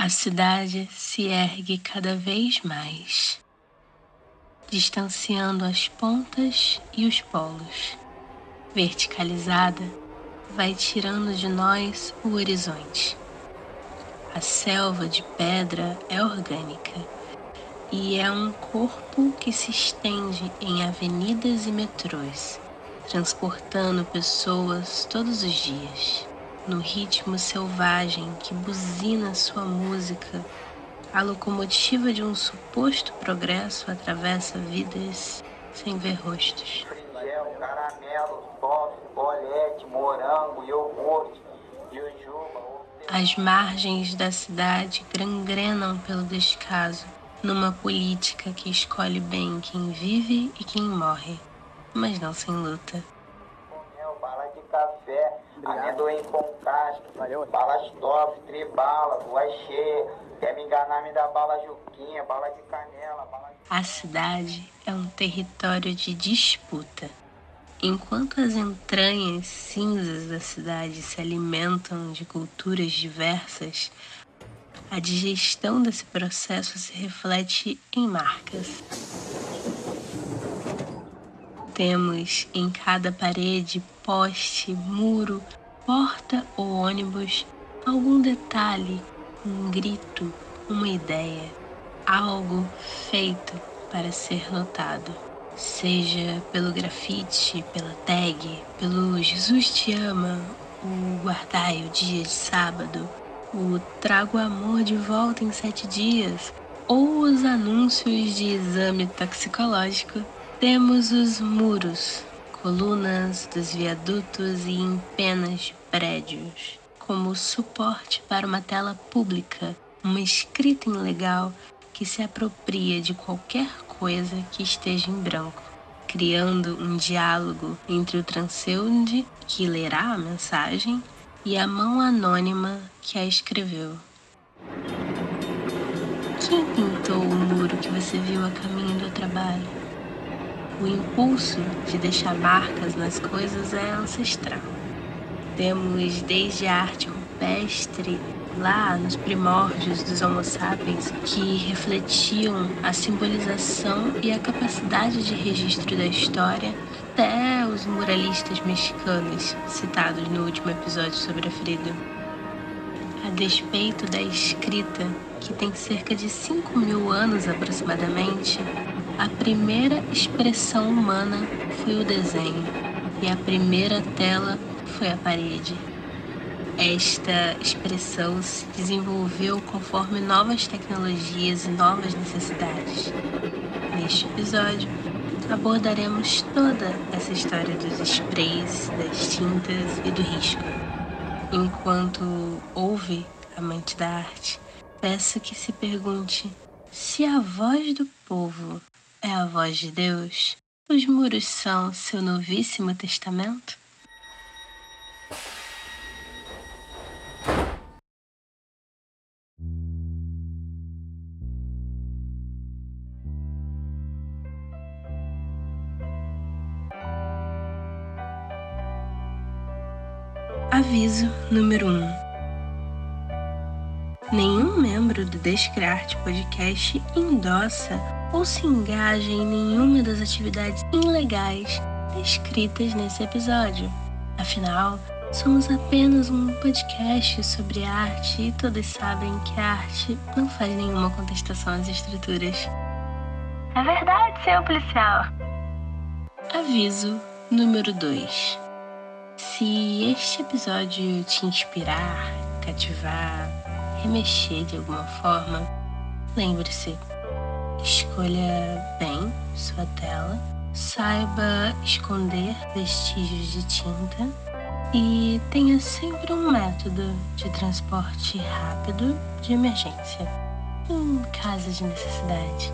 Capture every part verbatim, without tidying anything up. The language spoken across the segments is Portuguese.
A cidade se ergue cada vez mais, distanciando as pontas e os polos. Verticalizada, vai tirando de nós o horizonte. A selva de pedra é orgânica e é um corpo que se estende em avenidas e metrôs, transportando pessoas todos os dias. No ritmo selvagem que buzina sua música, a locomotiva de um suposto progresso atravessa vidas sem ver rostos. Frigel, caramelo, soft, bolete, morango, iogurte, jujuba. As margens da cidade gangrenam pelo descaso, numa política que escolhe bem quem vive e quem morre, mas não sem luta. Mel, bala de café, amendoim com casca, bala stop, tribala, rua cheia, quer me enganar me dá bala juquinha, bala de canela, bala de... A cidade é um território de disputa. Enquanto as entranhas cinzas da cidade se alimentam de culturas diversas, a digestão desse processo se reflete em marcas. Temos em cada parede, poste, muro, porta ou ônibus algum detalhe, um grito, uma ideia, algo feito para ser notado. Seja pelo grafite, pela tag, pelo Jesus te ama, o guardai o dia de sábado, o trago amor de volta em sete dias, ou os anúncios de exame toxicológico, temos os muros, colunas dos viadutos e empenas de prédios, como suporte para uma tela pública, uma escrita ilegal que se apropria de qualquer coisa que esteja em branco, criando um diálogo entre o transeunte que lerá a mensagem e a mão anônima que a escreveu. Quem pintou o muro que você viu a caminho do trabalho? O impulso de deixar marcas nas coisas é ancestral. Temos desde a arte rupestre, lá nos primórdios dos Homo sapiens, que refletiam a simbolização e a capacidade de registro da história, até os muralistas mexicanos, citados no último episódio sobre a Frida. A despeito da escrita, que tem cerca de cinco mil anos aproximadamente, a primeira expressão humana foi o desenho, e a primeira tela foi a parede. Esta expressão se desenvolveu conforme novas tecnologias e novas necessidades. Neste episódio, abordaremos toda essa história dos sprays, das tintas e do risco. Enquanto ouve, amante da arte, peço que se pergunte: se a voz do povo é a voz de Deus, os muros são seu novíssimo testamento? Aviso número um. Nenhum membro do Descriarte Podcast endossa ou se engaja em nenhuma das atividades ilegais descritas nesse episódio. Afinal, somos apenas um podcast sobre arte e todos sabem que a arte não faz nenhuma contestação às estruturas. É verdade, senhor policial. Aviso número dois. Se este episódio te inspirar, cativar, remexer de alguma forma, lembre-se, escolha bem sua tela, saiba esconder vestígios de tinta e tenha sempre um método de transporte rápido de emergência, em caso de necessidade.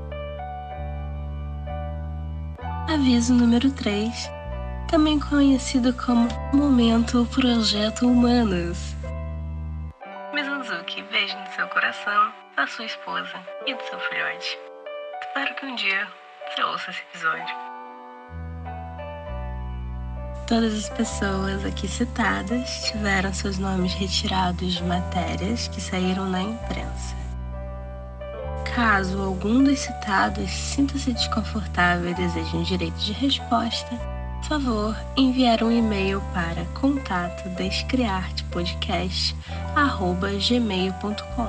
Aviso número três, também conhecido como Momento Projeto Humanos. Mizanzuki, beijo no seu coração, da sua esposa e do seu filhote. Espero que um dia você ouça esse episódio. Todas as pessoas aqui citadas tiveram seus nomes retirados de matérias que saíram na imprensa. Caso algum dos citados sinta-se desconfortável e deseje um direito de resposta, por favor, enviar um e-mail para contato descriartepodcast arroba gmail ponto com.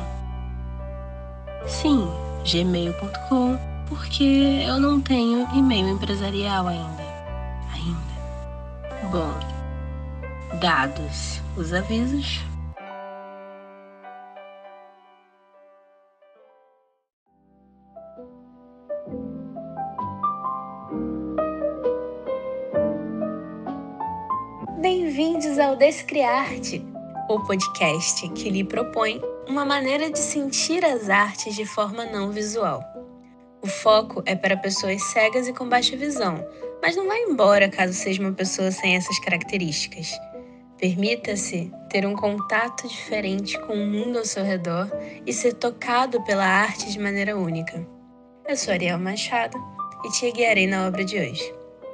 Sim, gmail ponto com, porque eu não tenho e-mail empresarial ainda. Ainda. Bom, dados os avisos, bem-vindos ao Descriarte, o podcast que lhe propõe uma maneira de sentir as artes de forma não visual. O foco é para pessoas cegas e com baixa visão, mas não vai embora caso seja uma pessoa sem essas características. Permita-se ter um contato diferente com o mundo ao seu redor e ser tocado pela arte de maneira única. Eu sou Ariel Machado e te guiarei na obra de hoje.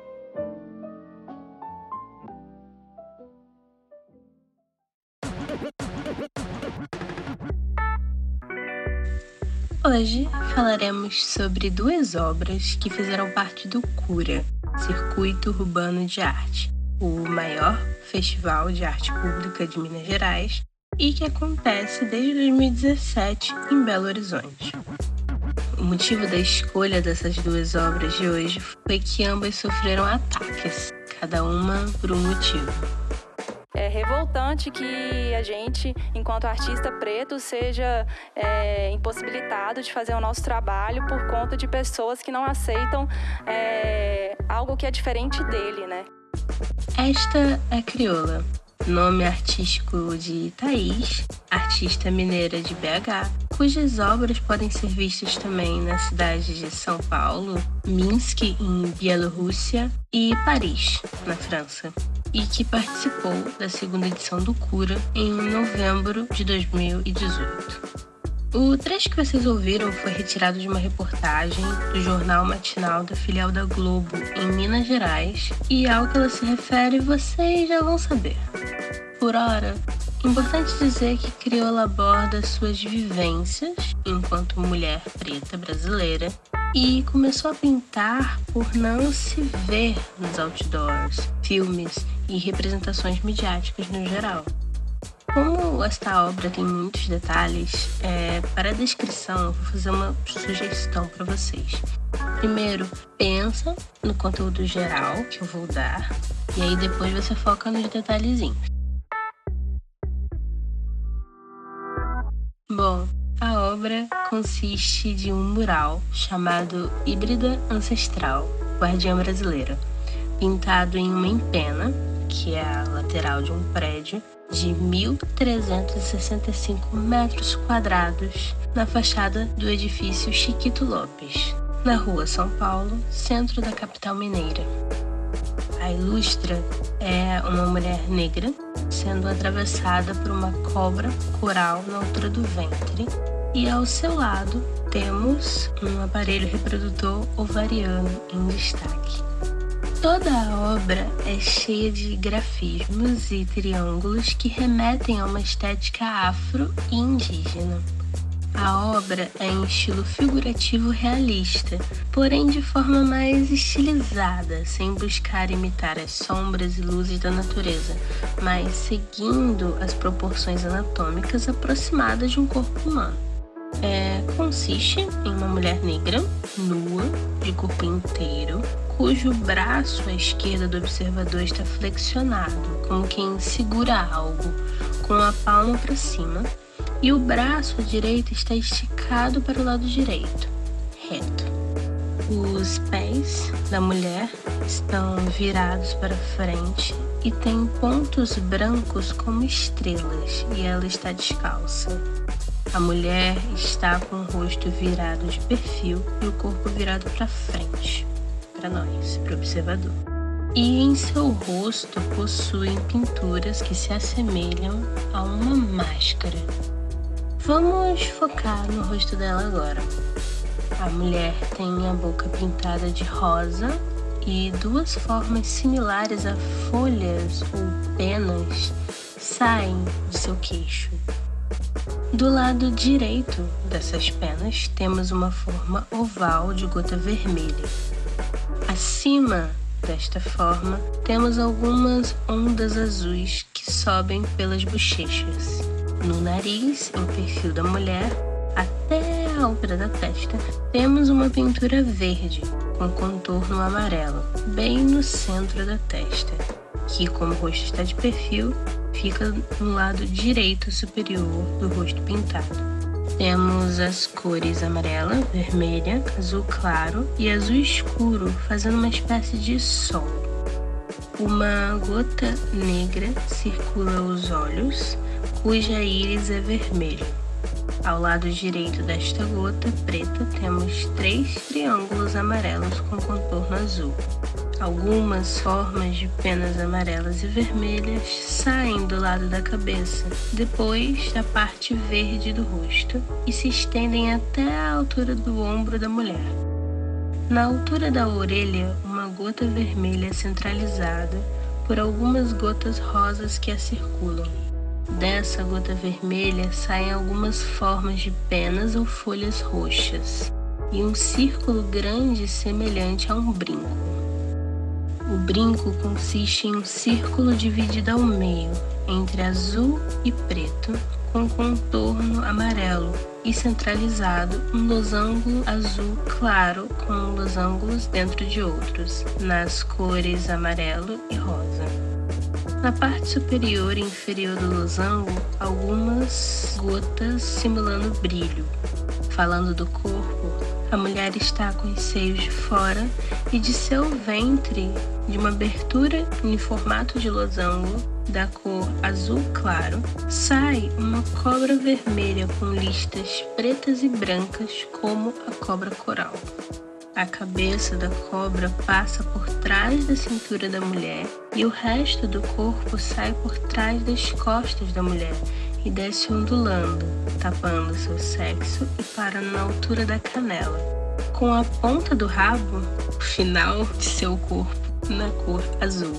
Hoje falaremos sobre duas obras que fizeram parte do CURA, Circuito Urbano de Arte, o maior festival de arte pública de Minas Gerais e que acontece desde dois mil e dezessete em Belo Horizonte. O motivo da escolha dessas duas obras de hoje foi que ambas sofreram ataques, cada uma por um motivo. É revoltante que a gente, enquanto artista preto, seja é, impossibilitado de fazer o nosso trabalho por conta de pessoas que não aceitam é, algo que é diferente dele, né? Esta é Crioula, nome artístico de Thaís, artista mineira de B H, cujas obras podem ser vistas também na cidade de São Paulo, Minsk, em Bielorrússia, e Paris, na França, e que participou da segunda edição do CURA em novembro de dois mil e dezoito. O trecho que vocês ouviram foi retirado de uma reportagem do jornal matinal da filial da Globo em Minas Gerais, e ao que ela se refere vocês já vão saber. Por ora, importante dizer que Crioula aborda suas vivências enquanto mulher preta brasileira e começou a pintar por não se ver nos outdoors, filmes e representações midiáticas no geral. Como esta obra tem muitos detalhes, é, para a descrição eu vou fazer uma sugestão para vocês. Primeiro, pensa no conteúdo geral que eu vou dar, e aí depois você foca nos detalhezinhos. Bom, a obra consiste de um mural chamado Híbrida Ancestral, Guardiã Brasileira, pintado em uma empena, que é a lateral de um prédio, de mil trezentos e sessenta e cinco metros quadrados na fachada do edifício Chiquito Lopes, na rua São Paulo, centro da capital mineira. A ilustra é uma mulher negra sendo atravessada por uma cobra coral na altura do ventre, e ao seu lado temos um aparelho reprodutor ovariano em destaque. Toda a obra é cheia de grafismos e triângulos que remetem a uma estética afro e indígena. A obra é em estilo figurativo realista, porém de forma mais estilizada, sem buscar imitar as sombras e luzes da natureza, mas seguindo as proporções anatômicas aproximadas de um corpo humano. É, consiste em uma mulher negra, nua, de corpo inteiro, cujo braço à esquerda do observador está flexionado, como quem segura algo, com a palma para cima, e o braço à direita está esticado para o lado direito, reto. Os pés da mulher estão virados para frente e têm pontos brancos como estrelas, e ela está descalça. A mulher está com o rosto virado de perfil e o corpo virado para frente, para nós, para o observador. E em seu rosto possuem pinturas que se assemelham a uma máscara. Vamos focar no rosto dela agora. A mulher tem a boca pintada de rosa e duas formas similares a folhas ou penas saem de seu queixo. Do lado direito dessas penas temos uma forma oval de gota vermelha. Acima desta forma temos algumas ondas azuis que sobem pelas bochechas. No nariz, em perfil da mulher, até a altura da testa, temos uma pintura verde com contorno amarelo, bem no centro da testa, que, como o rosto está de perfil, fica no lado direito superior do rosto pintado. Temos as cores amarela, vermelha, azul claro e azul escuro, fazendo uma espécie de sol. Uma gota negra circula os olhos, cuja íris é vermelha. Ao lado direito desta gota preta temos três triângulos amarelos com contorno azul. Algumas formas de penas amarelas e vermelhas saem do lado da cabeça, depois da parte verde do rosto, e se estendem até a altura do ombro da mulher. Na altura da orelha, uma gota vermelha é centralizada por algumas gotas rosas que a circulam. Dessa gota vermelha saem algumas formas de penas ou folhas roxas e um círculo grande semelhante a um brinco. O brinco consiste em um círculo dividido ao meio, entre azul e preto, com contorno amarelo e centralizado um losango azul claro com losangos dentro de outros, nas cores amarelo e rosa. Na parte superior e inferior do losango, algumas gotas simulando brilho. Falando do corpo, a mulher está com os seios de fora e de seu ventre, de uma abertura em formato de losango da cor azul claro, sai uma cobra vermelha com listas pretas e brancas como a cobra coral. A cabeça da cobra passa por trás da cintura da mulher e o resto do corpo sai por trás das costas da mulher e desce ondulando, tapando seu sexo e para na altura da canela, com a ponta do rabo, o final de seu corpo, na cor azul.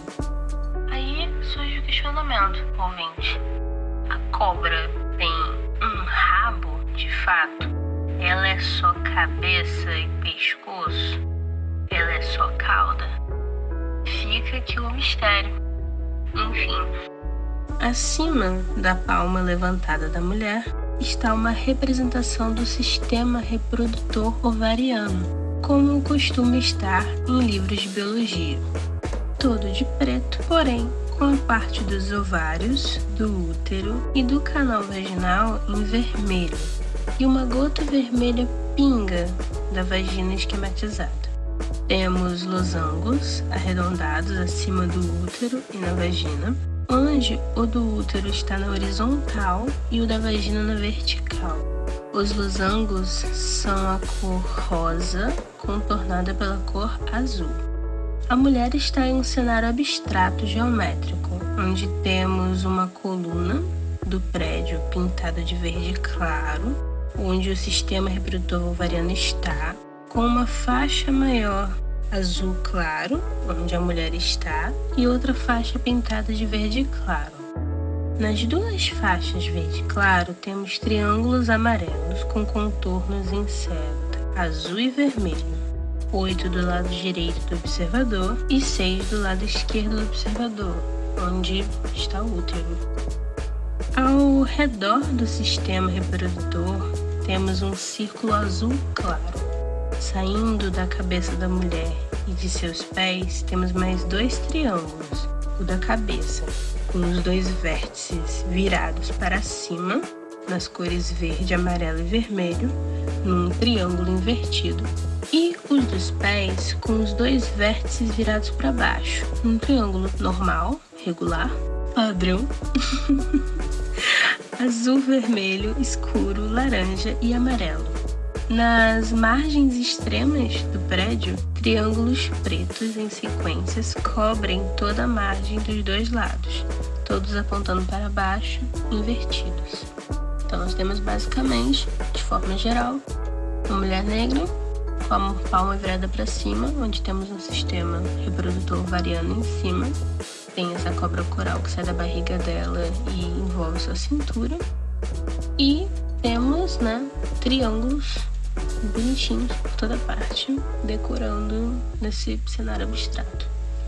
Aí surge o questionamento, ouvinte. A cobra tem um rabo de fato? Ela é só cabeça e pescoço? Ela é só cauda? Fica aqui o mistério. Enfim. Acima da palma levantada da mulher está uma representação do sistema reprodutor ovariano, como costuma estar em livros de biologia. Todo de preto, porém com a parte dos ovários, do útero e do canal vaginal em vermelho, e uma gota vermelha pinga da vagina esquematizada. Temos losangos arredondados acima do útero e na vagina, onde o do útero está na horizontal e o da vagina na vertical. Os losangos são a cor rosa, contornada pela cor azul. A mulher está em um cenário abstrato geométrico, onde temos uma coluna do prédio pintada de verde claro, onde o sistema reprodutor ovariano está, com uma faixa maior azul claro, onde a mulher está, e outra faixa pintada de verde claro. Nas duas faixas verde claro, temos triângulos amarelos com contornos em seta, azul e vermelho. Oito do lado direito do observador e seis do lado esquerdo do observador, onde está o útero. Ao redor do sistema reprodutor, temos um círculo azul claro. Saindo da cabeça da mulher e de seus pés, temos mais dois triângulos, o da cabeça, com os dois vértices virados para cima, nas cores verde, amarelo e vermelho, num triângulo invertido, e os dos pés com os dois vértices virados para baixo, num triângulo normal, regular, padrão, azul, vermelho, escuro, laranja e amarelo. Nas margens extremas do prédio, triângulos pretos em sequências cobrem toda a margem dos dois lados, todos apontando para baixo, invertidos. Então nós temos basicamente, de forma geral, uma mulher negra com a palma virada para cima, onde temos um sistema reprodutor ovariano em cima. Tem essa cobra coral que sai da barriga dela e envolve sua cintura. E temos, né, triângulos bonitinhos por toda parte, decorando nesse cenário abstrato.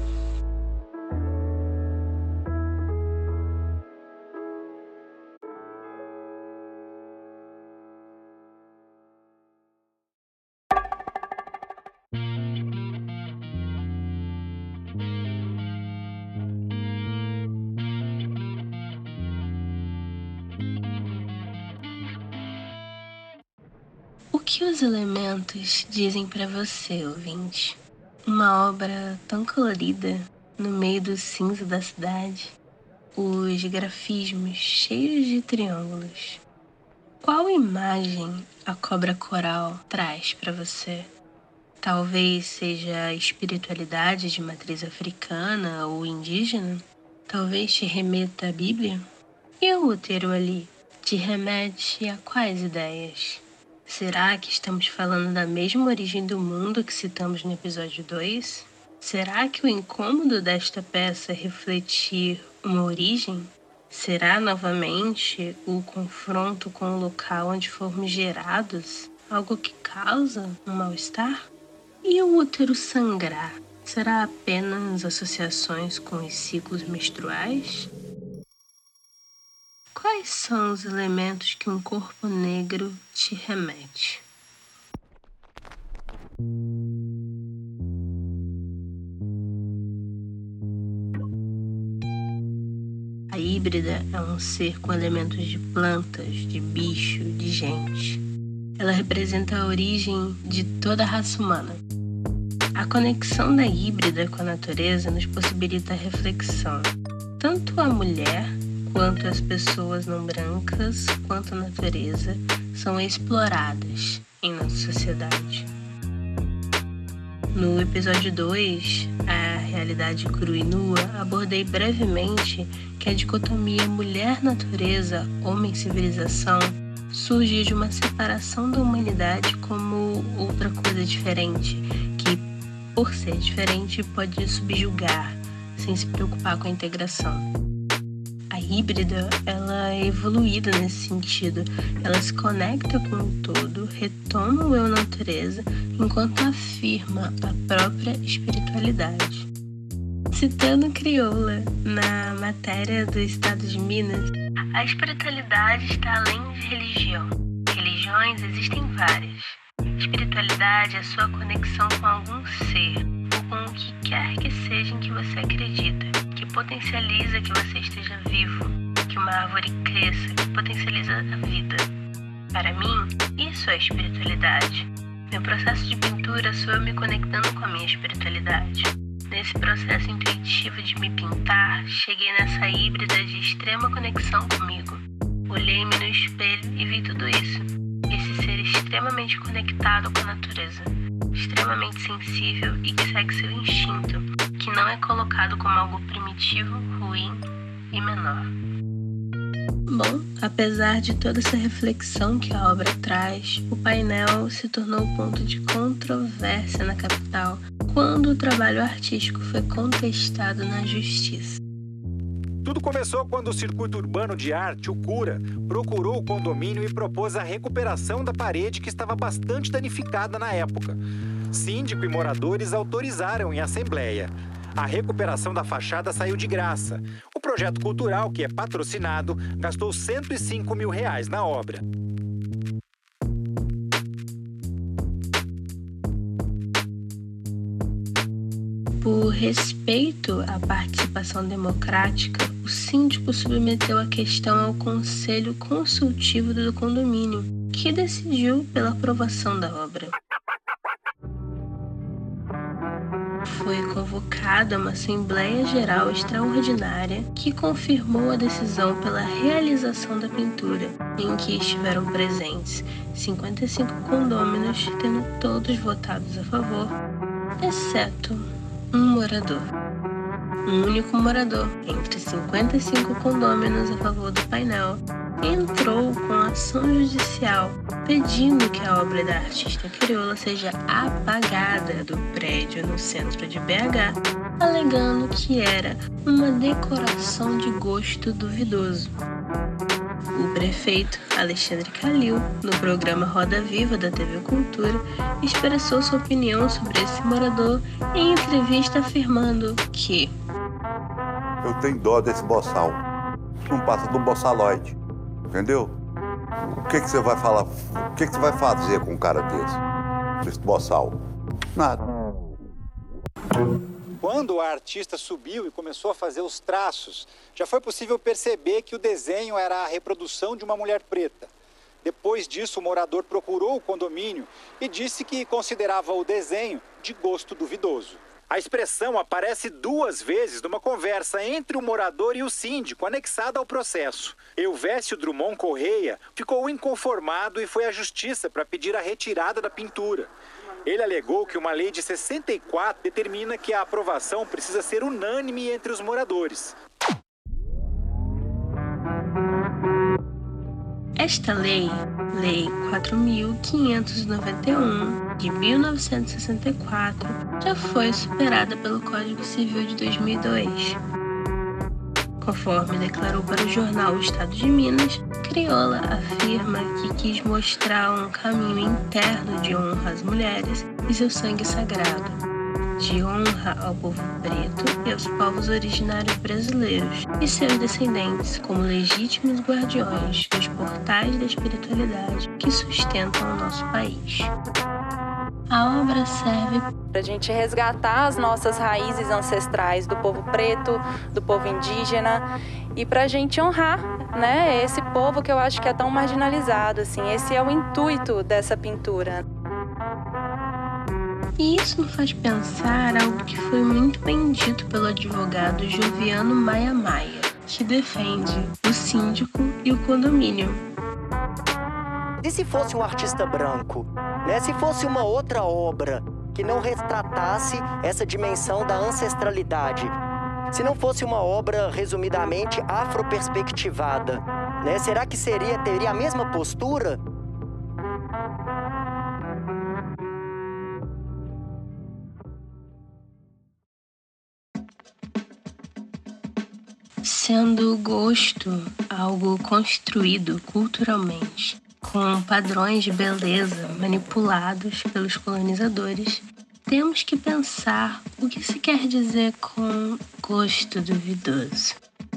O que os elementos dizem para você, ouvinte? Uma obra tão colorida, no meio do cinza da cidade, os grafismos cheios de triângulos. Qual imagem a cobra coral traz para você? Talvez seja a espiritualidade de matriz africana ou indígena? Talvez te remeta à Bíblia? E o útero ali te remete a quais ideias? Será que estamos falando da mesma origem do mundo que citamos no episódio dois? Será que o incômodo desta peça é refletir uma origem? Será novamente o confronto com o local onde fomos gerados algo que causa um mal-estar? E o útero sangrar? Será apenas associações com os ciclos menstruais? Quais são os elementos que um corpo negro te remete? A híbrida é um ser com elementos de plantas, de bicho, de gente. Ela representa a origem de toda a raça humana. A conexão da híbrida com a natureza nos possibilita a reflexão. Tanto a mulher quanto as pessoas não brancas, quanto a natureza, são exploradas em nossa sociedade. No episódio dois, A Realidade Crua e Nua, abordei brevemente que a dicotomia mulher-natureza, homem-civilização surge de uma separação da humanidade como outra coisa diferente, que, por ser diferente, pode subjugar, sem se preocupar com a integração. A híbrida, ela é evoluída nesse sentido. Ela se conecta com o todo, retoma o eu natureza, enquanto afirma a própria espiritualidade. Citando Crioula, na matéria do Estado de Minas, a espiritualidade está além de religião. Religiões existem várias. Espiritualidade é sua conexão com algum ser, ou com o que quer que seja em que você acredita, que potencializa que você esteja vivo, que uma árvore cresça, que potencializa a vida. Para mim, isso é espiritualidade. Meu processo de pintura sou eu me conectando com a minha espiritualidade. Nesse processo intuitivo de me pintar, cheguei nessa híbrida de extrema conexão comigo. Olhei-me no espelho e vi tudo isso. Esse ser extremamente conectado com a natureza, extremamente sensível e que segue seu instinto, que não é colocado como algo primitivo, ruim e menor. Bom, apesar de toda essa reflexão que a obra traz, o painel se tornou ponto de controvérsia na capital quando o trabalho artístico foi contestado na justiça. Tudo começou quando o Circuito Urbano de Arte, o CURA, procurou o condomínio e propôs a recuperação da parede que estava bastante danificada na época. Síndico e moradores autorizaram em assembleia. A recuperação da fachada saiu de graça. O projeto cultural, que é patrocinado, gastou cento e cinco mil reais na obra. Por respeito à participação democrática, o síndico submeteu a questão ao Conselho Consultivo do condomínio, que decidiu pela aprovação da obra. Foi convocada uma Assembleia Geral Extraordinária que confirmou a decisão pela realização da pintura, em que estiveram presentes cinquenta e cinco condôminos, tendo todos votados a favor, exceto um morador. Um único morador entre cinquenta e cinco condôminos a favor do painel entrou com ação judicial pedindo que a obra da artista crioula seja apagada do prédio no centro de B H, alegando que era uma decoração de gosto duvidoso. O prefeito Alexandre Calil, no programa Roda Viva da T V Cultura, expressou sua opinião sobre esse morador em entrevista afirmando que eu tenho dó desse boçal, não passa de um boçaloide, entendeu? O que que você vai falar, o que que você vai fazer com um cara desse, desse boçal? Nada. Quando a artista subiu e começou a fazer os traços, já foi possível perceber que o desenho era a reprodução de uma mulher preta. Depois disso, o morador procurou o condomínio e disse que considerava o desenho de gosto duvidoso. A expressão aparece duas vezes numa conversa entre o morador e o síndico, anexada ao processo. Elvésio Drummond Correia ficou inconformado e foi à justiça para pedir a retirada da pintura. Ele alegou que uma lei de sessenta e quatro determina que a aprovação precisa ser unânime entre os moradores. Esta lei, Lei quatro mil quinhentos e noventa e um, de mil novecentos e sessenta e quatro, já foi superada pelo Código Civil de dois mil e dois. Conforme declarou para o jornal O Estado de Minas, Crioula afirma que quis mostrar um caminho interno de honra às mulheres e seu sangue sagrado, de honra ao povo preto e aos povos originários brasileiros e seus descendentes como legítimos guardiões dos portais da espiritualidade que sustentam o nosso país. A obra serve para a gente resgatar as nossas raízes ancestrais do povo preto, do povo indígena e para a gente honrar, né, esse povo que eu acho que é tão marginalizado. Assim. Esse é o intuito dessa pintura. E isso me faz pensar algo que foi muito bem dito pelo advogado Joviano Maia Maia, que defende o síndico e o condomínio. E se fosse um artista branco, né? Se fosse uma outra obra que não retratasse essa dimensão da ancestralidade, se não fosse uma obra resumidamente afroperspectivada, né? Será que seria, teria a mesma postura? Sendo o gosto algo construído culturalmente, com padrões de beleza manipulados pelos colonizadores, temos que pensar o que se quer dizer com gosto duvidoso.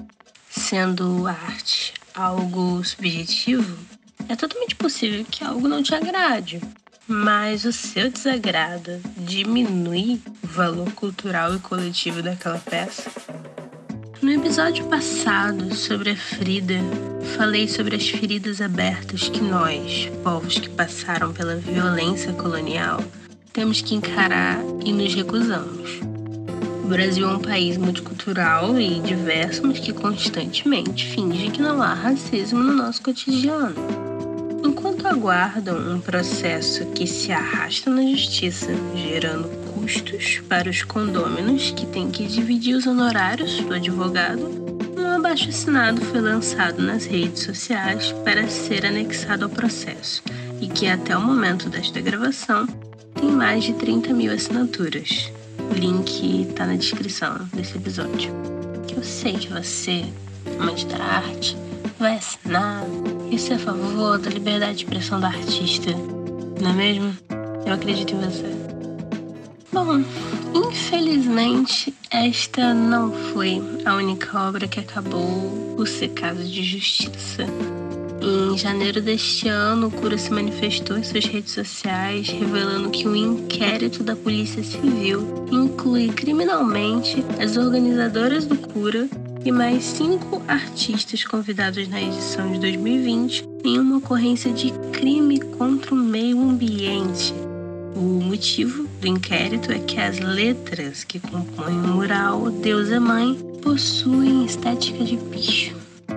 Sendo arte algo subjetivo, é totalmente possível que algo não te agrade, mas o seu desagrado diminui o valor cultural e coletivo daquela peça. No episódio passado sobre a Frida, falei sobre as feridas abertas que nós, povos que passaram pela violência colonial, temos que encarar e nos recusamos. O Brasil é um país multicultural e diverso, mas que constantemente finge que não há racismo no nosso cotidiano. Enquanto aguardam um processo que se arrasta na justiça, gerando custos para os condôminos que têm que dividir os honorários do advogado, um abaixo-assinado foi lançado nas redes sociais para ser anexado ao processo e que até o momento desta gravação tem mais de trinta mil assinaturas. O link está na descrição desse episódio. Eu sei que você, amante da arte, vai assinar e ser a favor da liberdade de expressão do artista, não é mesmo? Eu acredito em você. Bom, infelizmente, esta não foi a única obra que acabou por ser caso de justiça. Em janeiro deste ano, o Cura se manifestou em suas redes sociais, revelando que um inquérito da Polícia Civil inclui criminalmente as organizadoras do Cura e mais cinco artistas convidados na edição de dois mil e vinte em uma ocorrência de crime contra o meio ambiente. O motivo do inquérito é que as letras que compõem o mural Deus é Mãe possuem estética de bicho.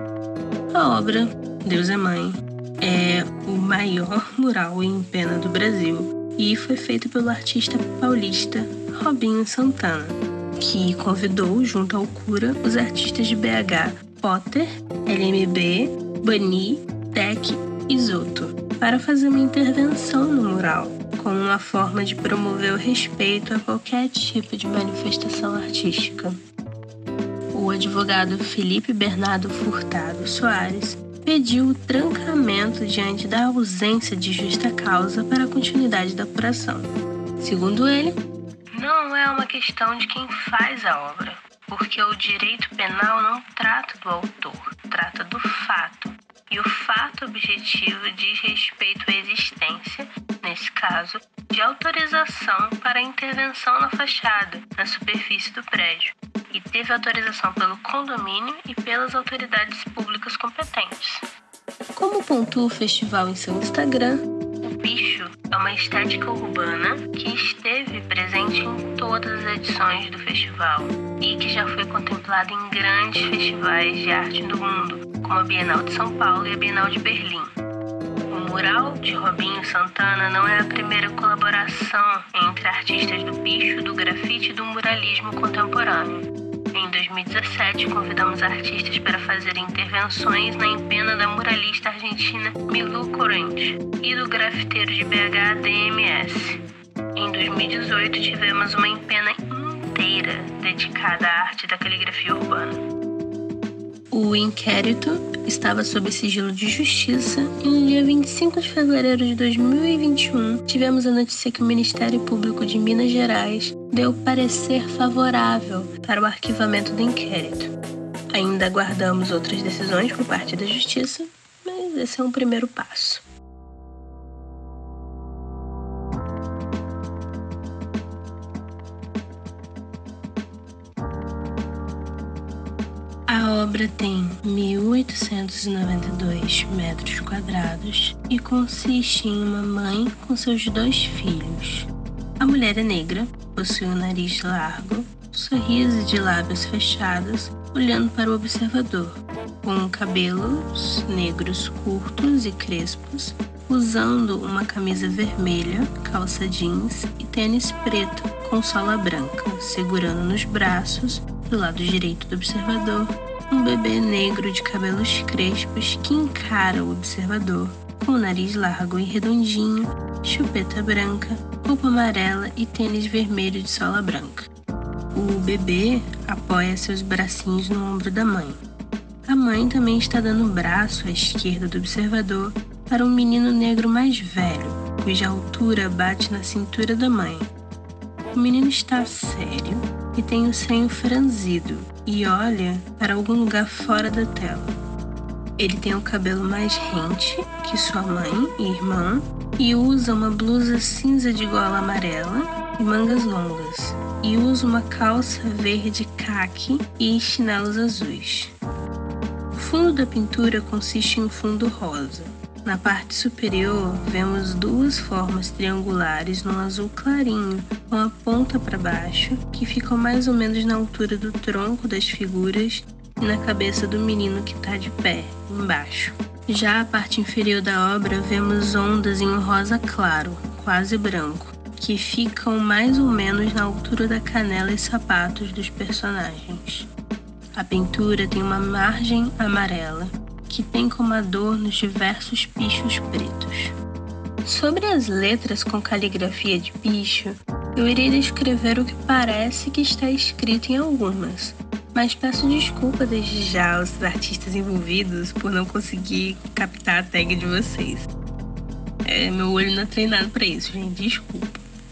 A obra Deus é Mãe é o maior mural em pena do Brasil e foi feito pelo artista paulista Robinho Santana, que convidou junto ao Cura os artistas de B H Potter, L M B Bani, Tec e Zoto, para fazer uma intervenção no mural, como uma forma de promover o respeito a qualquer tipo de manifestação artística. O advogado Felipe Bernardo Furtado Soares pediu o trancamento diante da ausência de justa causa para a continuidade da apuração. Segundo ele, não é uma questão de quem faz a obra, porque o direito penal não trata do autor, trata do fato. E o fato objetivo diz respeito à existência, nesse caso, de autorização para a intervenção na fachada, na superfície do prédio, e teve autorização pelo condomínio e pelas autoridades públicas competentes. Como pontua o festival em seu Instagram, o picho é uma estética urbana que esteve presente em todas as edições do festival e que já foi contemplada em grandes festivais de arte do mundo, como a Bienal de São Paulo e a Bienal de Berlim. O mural de Robinho Santana não é a primeira colaboração entre artistas do picho, do grafite e do muralismo contemporâneo. Em dois mil e dezessete, convidamos artistas para fazerem intervenções na empena da muralista argentina Milu Corrente e do grafiteiro de B H D M S. Em dois mil e dezoito, tivemos uma empena inteira dedicada à arte da caligrafia urbana. O inquérito estava sob sigilo de justiça e no dia vinte e cinco de fevereiro de dois mil e vinte e um tivemos a notícia que o Ministério Público de Minas Gerais deu parecer favorável para o arquivamento do inquérito. Ainda aguardamos outras decisões por parte da Justiça, mas esse é um primeiro passo. A obra tem mil oitocentos e noventa e dois metros quadrados e consiste em uma mãe com seus dois filhos. A mulher é negra, possui um nariz largo, sorriso de lábios fechados, olhando para o observador, com cabelos negros curtos e crespos, usando uma camisa vermelha, calça jeans e tênis preto com sola branca, segurando nos braços, do lado direito do observador, um bebê negro de cabelos crespos que encara o observador, com o nariz largo e redondinho, chupeta branca, roupa amarela e tênis vermelho de sola branca. O bebê apoia seus bracinhos no ombro da mãe. A mãe também está dando o braço à esquerda do observador para um menino negro mais velho, cuja altura bate na cintura da mãe. O menino está sério e tem o senho franzido e olha para algum lugar fora da tela. Ele tem o cabelo mais rente que sua mãe e irmã e usa uma blusa cinza de gola amarela e mangas longas, e usa uma calça verde caqui e chinelos azuis. O fundo da pintura consiste em um fundo rosa. Na parte superior, vemos duas formas triangulares num azul clarinho, com a ponta para baixo, que ficam mais ou menos na altura do tronco das figuras e na cabeça do menino que está de pé, embaixo. Já a parte inferior da obra, vemos ondas em um rosa claro, quase branco, que ficam mais ou menos na altura da canela e sapatos dos personagens. A pintura tem uma margem amarela, que tem como adornos diversos pichos pretos. Sobre as letras com caligrafia de picho, eu irei descrever o que parece que está escrito em algumas, mas peço desculpa desde já aos artistas envolvidos por não conseguir captar a tag de vocês. É, meu olho não é treinado para isso, gente, desculpa.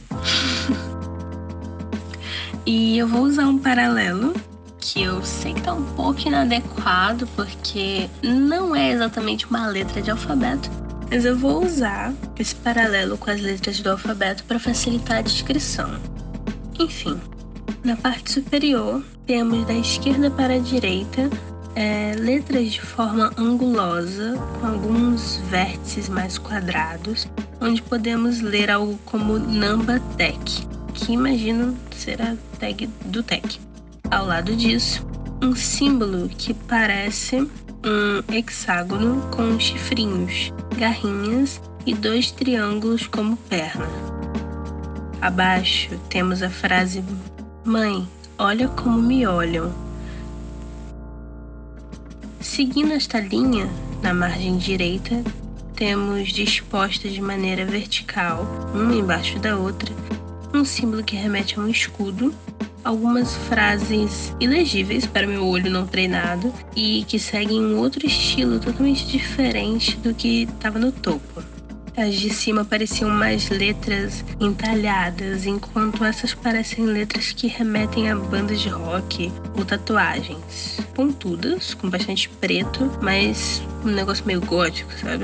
E eu vou usar um paralelo que eu sei que tá um pouco inadequado, porque não é exatamente uma letra de alfabeto, mas eu vou usar esse paralelo com as letras do alfabeto para facilitar a descrição. Enfim, na parte superior, temos da esquerda para a direita é, letras de forma angulosa, com alguns vértices mais quadrados, onde podemos ler algo como Namba Tech, que imagino ser a tag do Tech. Ao lado disso, um símbolo que parece um hexágono com chifrinhos, garrinhas e dois triângulos como perna. Abaixo temos a frase "Mãe, olha como me olham". Seguindo esta linha, Na margem direita, temos dispostas de maneira vertical, uma embaixo da outra, um símbolo que remete a um escudo, algumas frases ilegíveis para meu olho não treinado e que seguem um outro estilo totalmente diferente do que estava no topo. As de cima pareciam mais letras entalhadas, enquanto essas parecem letras que remetem a bandas de rock ou tatuagens. Pontudas, com bastante preto, mas um negócio meio gótico, sabe?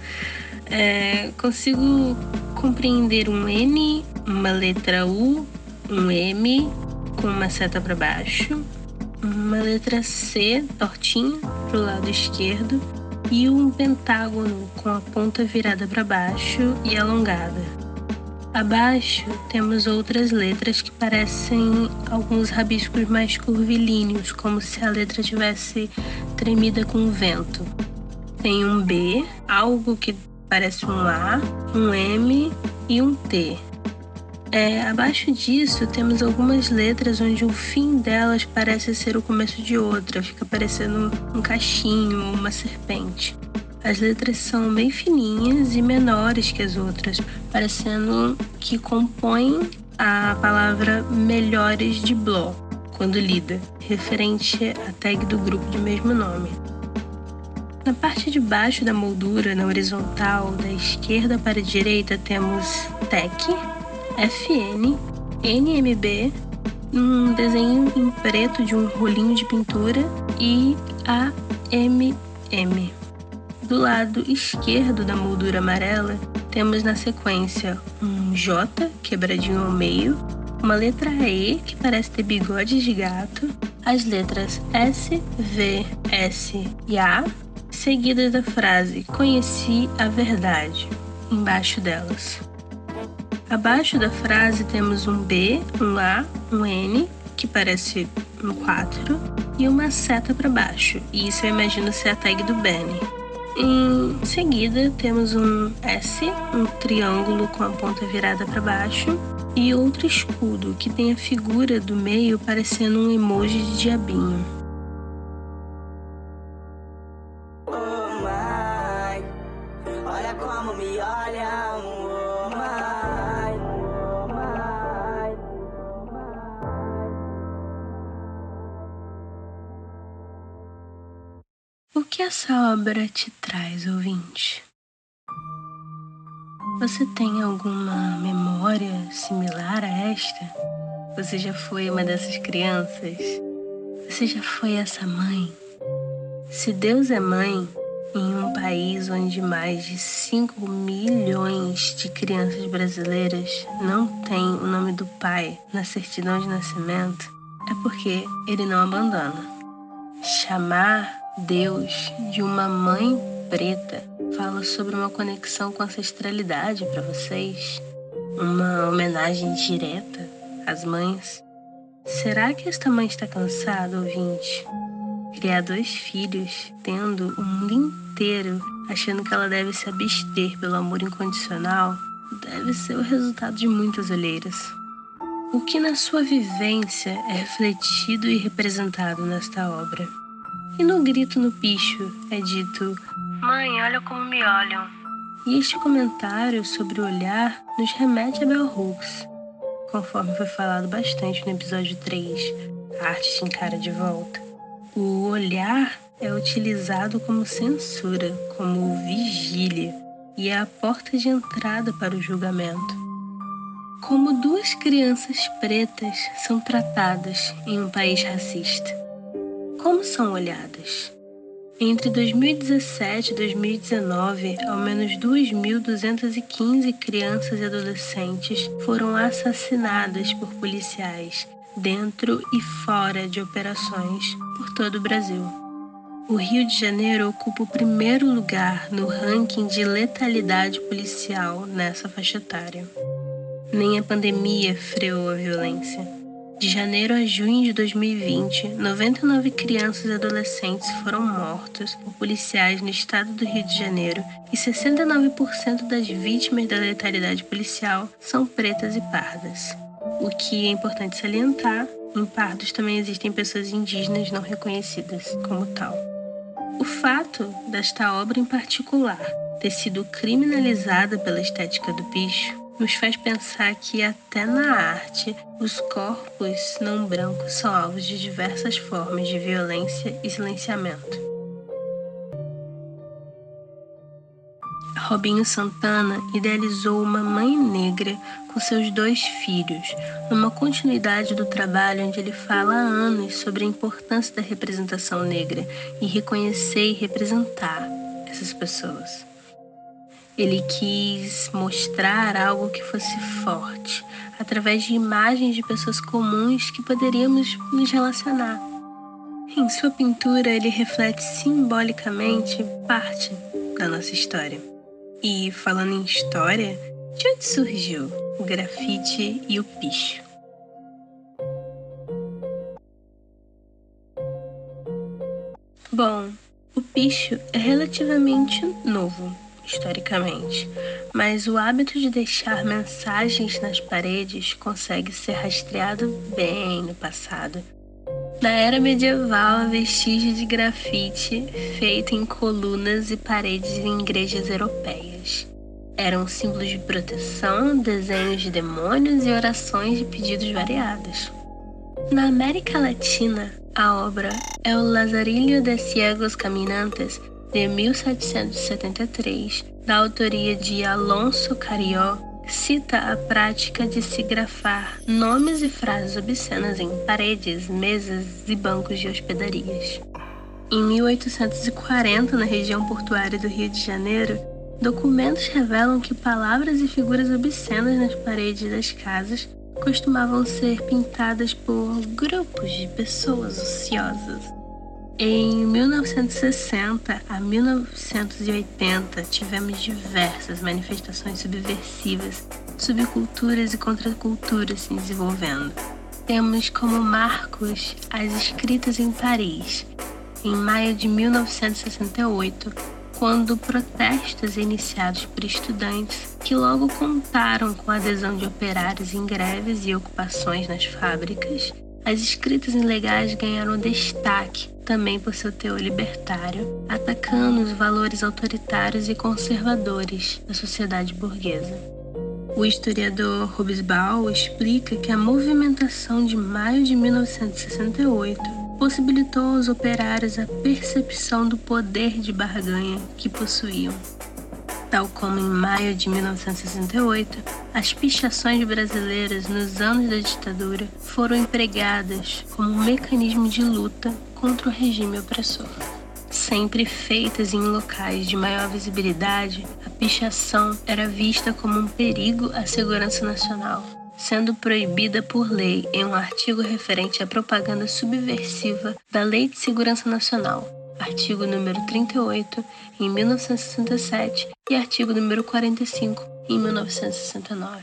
É, consigo compreender um N, uma letra U, um M com uma seta para baixo, uma letra C tortinha para o lado esquerdo e um pentágono com a ponta virada para baixo e alongada. Abaixo temos outras letras que parecem alguns rabiscos mais curvilíneos, como se a letra tivesse tremida com o vento. Tem um B, algo que parece um A, um M e um T. É, abaixo disso temos algumas letras onde o fim delas parece ser o começo de outra, fica parecendo um cachinho ou uma serpente. As letras são bem fininhas e menores que as outras, parecendo que compõem a palavra Melhores de Bló, quando lida, referente à tag do grupo de mesmo nome. Na parte de baixo da moldura, na horizontal, da esquerda para a direita, temos T E C, F N, N M B, um desenho em preto de um rolinho de pintura e A M M. Do lado esquerdo da moldura amarela, temos na sequência um J, quebradinho ao meio, uma letra E, que parece ter bigodes de gato, as letras S, V, S e A, seguidas da frase "Conheci a verdade", embaixo delas. Abaixo da frase temos um B, um A, um N, que parece um quatro, e uma seta para baixo, e isso eu imagino ser a tag do Benny. Em seguida temos um S, um triângulo com a ponta virada para baixo, e outro escudo que tem a figura do meio parecendo um emoji de diabinho. Oh my, olha como me olha, oh my, oh my, oh my. O que essa obra te traz, ouvinte? Você tem alguma memória similar a esta? Você já foi uma dessas crianças? Você já foi essa mãe? Se Deus é mãe, em um país onde mais de cinco milhões de crianças brasileiras não têm o nome do pai na certidão de nascimento, é porque ele não abandona. Chamar Deus de uma mãe preta fala sobre uma conexão com a ancestralidade para vocês? Uma homenagem direta às mães? Será que esta mãe está cansada, ouvinte? Criar dois filhos, tendo o mundo inteiro achando que ela deve se abster pelo amor incondicional, deve ser o resultado de muitas olheiras. O que na sua vivência é refletido e representado nesta obra? E no grito no picho é dito: "Mãe, olha como me olham". E este comentário sobre o olhar nos remete a Bell Hooks, conforme foi falado bastante no episódio três, A Arte Te Encara de Volta. O olhar é utilizado como censura, como vigília, e é a porta de entrada para o julgamento. Como duas crianças pretas são tratadas em um país racista? Como são olhadas? Entre dois mil e dezessete e dois mil e dezenove, ao menos duas mil duzentas e quinze crianças e adolescentes foram assassinadas por policiais, dentro e fora de operações por todo o Brasil. O Rio de Janeiro ocupa o primeiro lugar no ranking de letalidade policial nessa faixa etária. Nem a pandemia freou a violência. De janeiro a junho de dois mil e vinte, noventa e nove crianças e adolescentes foram mortos por policiais no estado do Rio de Janeiro e sessenta e nove por cento das vítimas da letalidade policial são pretas e pardas. O que é importante salientar, em pardos também existem pessoas indígenas não reconhecidas como tal. O fato desta obra em particular ter sido criminalizada pela estética do picho nos faz pensar que até na arte os corpos não brancos são alvos de diversas formas de violência e silenciamento. Robinho Santana idealizou uma mãe negra com seus dois filhos, numa continuidade do trabalho onde ele fala há anos sobre a importância da representação negra e reconhecer e representar essas pessoas. Ele quis mostrar algo que fosse forte, através de imagens de pessoas comuns que poderíamos nos relacionar. Em sua pintura, ele reflete simbolicamente parte da nossa história. E, falando em história, de onde surgiu o grafite e o picho? Bom, o picho é relativamente novo, historicamente, mas o hábito de deixar mensagens nas paredes consegue ser rastreado bem no passado. Na era medieval, há vestígios de grafite feito em colunas e paredes em igrejas europeias. Eram símbolos de proteção, desenhos de demônios e orações de pedidos variados. Na América Latina, a obra El Lazarillo de Ciegos Caminantes, de mil setecentos e setenta e três, da autoria de Alonso Carrió, cita a prática de se grafar nomes e frases obscenas em paredes, mesas e bancos de hospedarias. Em mil oitocentos e quarenta, na região portuária do Rio de Janeiro, documentos revelam que palavras e figuras obscenas nas paredes das casas costumavam ser pintadas por grupos de pessoas ociosas. Em mil novecentos e sessenta a mil novecentos e oitenta, tivemos diversas manifestações subversivas, subculturas e contraculturas se desenvolvendo. Temos como marcos as escritas em Paris, em maio de mil novecentos e sessenta e oito, quando protestos iniciados por estudantes que logo contaram com a adesão de operários em greves e ocupações nas fábricas, as escritas ilegais ganharam destaque também por seu teor libertário, atacando os valores autoritários e conservadores da sociedade burguesa. O historiador Hobsbawm explica que a movimentação de maio de mil novecentos e sessenta e oito possibilitou aos operários a percepção do poder de barganha que possuíam. Tal como em maio de mil novecentos e sessenta e oito, as pichações brasileiras nos anos da ditadura foram empregadas como um mecanismo de luta contra o regime opressor. Sempre feitas em locais de maior visibilidade, a pichação era vista como um perigo à segurança nacional, sendo proibida por lei em um artigo referente à propaganda subversiva da Lei de Segurança Nacional, artigo número trinta e oito, em mil novecentos e sessenta e sete, e artigo número quarenta e cinco, em mil novecentos e sessenta e nove.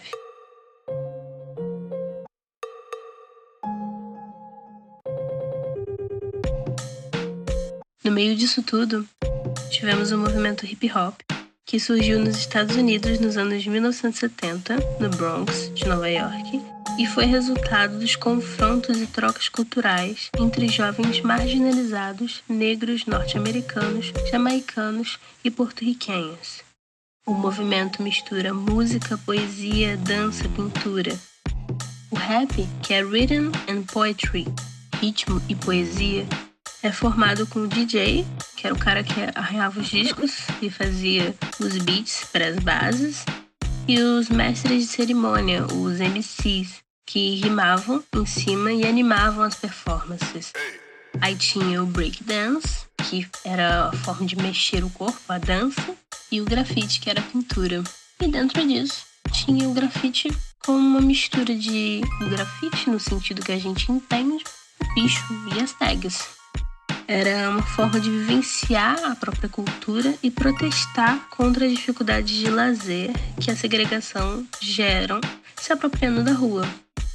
No meio disso tudo, tivemos o movimento hip-hop, que surgiu nos Estados Unidos nos anos de mil novecentos e setenta, no Bronx, de Nova York, e foi resultado dos confrontos e trocas culturais entre jovens marginalizados, negros norte-americanos, jamaicanos e porto-riquenhos. O movimento mistura música, poesia, dança, pintura. O rap, que é Rhythm and Poetry, ritmo e poesia, é formado com o D J, que era o cara que arranhava os discos e fazia os beats para as bases, e os mestres de cerimônia, os M Cs, que rimavam em cima e animavam as performances. Aí tinha o breakdance, que era a forma de mexer o corpo, a dança, e o grafite, que era a pintura. E dentro disso, tinha o grafite como uma mistura de o grafite, no sentido que a gente entende, o picho e as tags. Era uma forma de vivenciar a própria cultura e protestar contra as dificuldades de lazer que a segregação geram se apropriando da rua.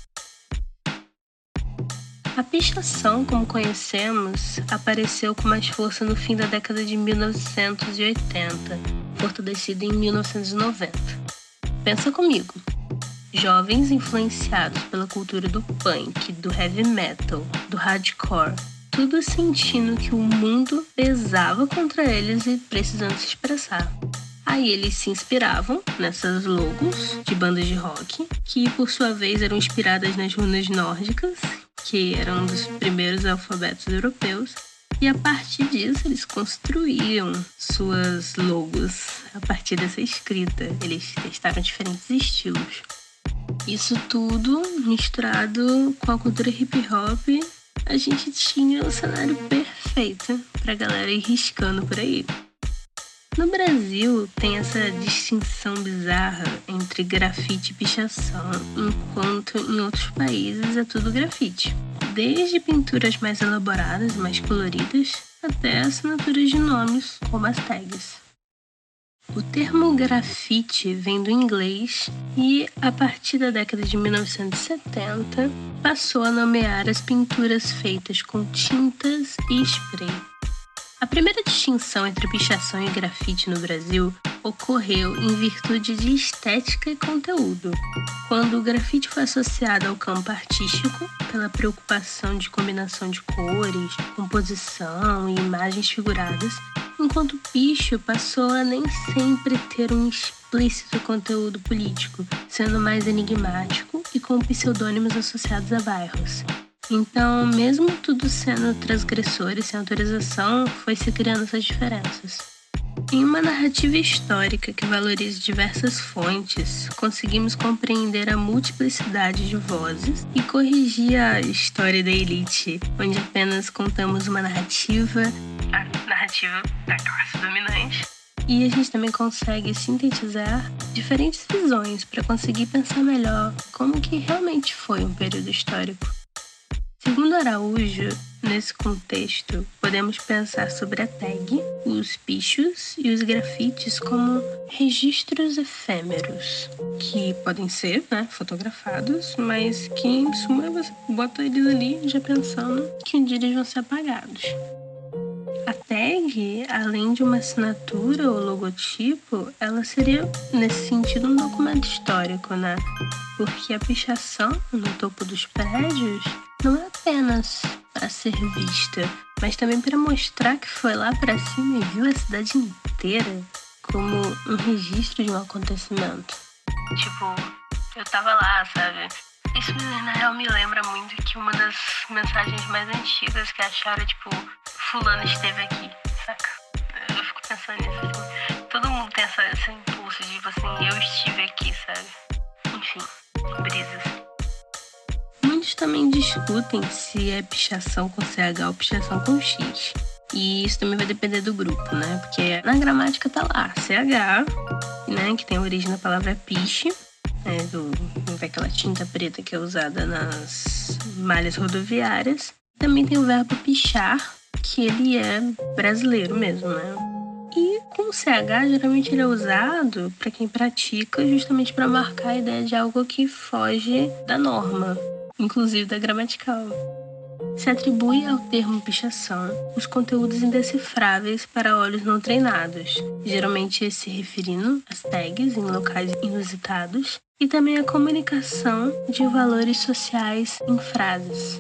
A pichação, como conhecemos, apareceu com mais força no fim da década de mil novecentos e oitenta, fortalecida em mil novecentos e noventa. Pensa comigo. Jovens influenciados pela cultura do punk, do heavy metal, do hardcore, tudo sentindo que o mundo pesava contra eles e precisando se expressar. Aí eles se inspiravam nessas logos de bandas de rock, que por sua vez eram inspiradas nas runas nórdicas, que eram um dos primeiros alfabetos europeus, e a partir disso eles construíam suas logos a partir dessa escrita. Eles testaram diferentes estilos. Isso tudo misturado com a cultura hip hop, a gente tinha o cenário perfeito pra galera ir riscando por aí. No Brasil, tem essa distinção bizarra entre grafite e pichação, enquanto em outros países é tudo grafite. Desde pinturas mais elaboradas, mais coloridas, até assinaturas de nomes, como as tags. O termo grafite vem do inglês e, a partir da década de mil novecentos e setenta, passou a nomear as pinturas feitas com tintas e spray. A primeira distinção entre pichação e grafite no Brasil ocorreu em virtude de estética e conteúdo, quando o grafite foi associado ao campo artístico pela preocupação de combinação de cores, composição e imagens figuradas, enquanto o picho passou a nem sempre ter um explícito conteúdo político, sendo mais enigmático e com pseudônimos associados a bairros. Então, mesmo tudo sendo transgressor e sem autorização, foi se criando essas diferenças. Em uma narrativa histórica que valoriza diversas fontes, conseguimos compreender a multiplicidade de vozes e corrigir a história da elite, onde apenas contamos uma narrativa, a narrativa da classe dominante, e a gente também consegue sintetizar diferentes visões para conseguir pensar melhor como que realmente foi um período histórico. Segundo Araújo, nesse contexto, podemos pensar sobre a tag, os pichos e os grafites como registros efêmeros, que podem ser, né, fotografados, mas que em suma você bota eles ali já pensando que um dia eles vão ser apagados. A tag, além de uma assinatura ou logotipo, ela seria, nesse sentido, um documento histórico, né? Porque a pichação no topo dos prédios não é apenas para ser vista, mas também para mostrar que foi lá para cima e viu a cidade inteira como um registro de um acontecimento. Tipo, eu tava lá, sabe? Isso, na real, me lembra muito que uma das mensagens mais antigas que acharam, tipo, fulano esteve aqui, saca? Eu fico pensando nisso, assim. Todo mundo tem essa, esse impulso de, tipo assim, eu estive aqui, sabe? Enfim, brisas. Muitos também discutem se é pichação com C H ou pichação com X. E isso também vai depender do grupo, né? Porque na gramática tá lá, C H, né? Que tem a origem da palavra piche, né, do, daquela tinta preta que é usada nas malhas rodoviárias. Também tem o verbo pichar, que ele é brasileiro mesmo, né? E com C H, geralmente ele é usado para quem pratica justamente para marcar a ideia de algo que foge da norma, inclusive da gramatical. Se atribui ao termo pichação os conteúdos indecifráveis para olhos não treinados, geralmente se referindo às tags em locais inusitados, e também a comunicação de valores sociais em frases.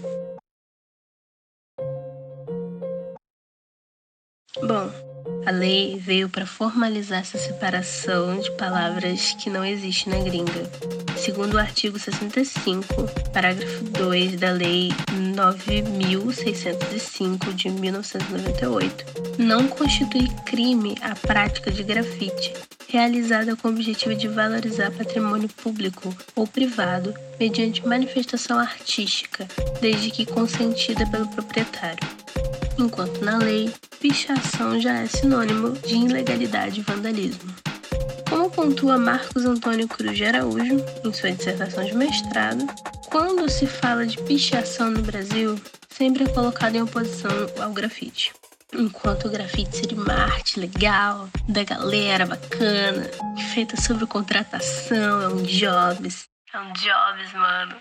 Bom, a lei veio para formalizar essa separação de palavras que não existe na gringa. Segundo o artigo sessenta e cinco, parágrafo dois da Lei nove mil seiscentos e cinco de mil novecentos e noventa e oito, não constitui crime a prática de grafite realizada com o objetivo de valorizar patrimônio público ou privado mediante manifestação artística, desde que consentida pelo proprietário. Enquanto na lei, pichação já é sinônimo de ilegalidade e vandalismo. Como pontua Marcos Antônio Cruz de Araújo, em sua dissertação de mestrado, quando se fala de pichação no Brasil, sempre é colocado em oposição ao grafite. Enquanto o grafite seria uma arte legal, da galera bacana, feita sobre contratação, é um jobs. É um jobs, mano.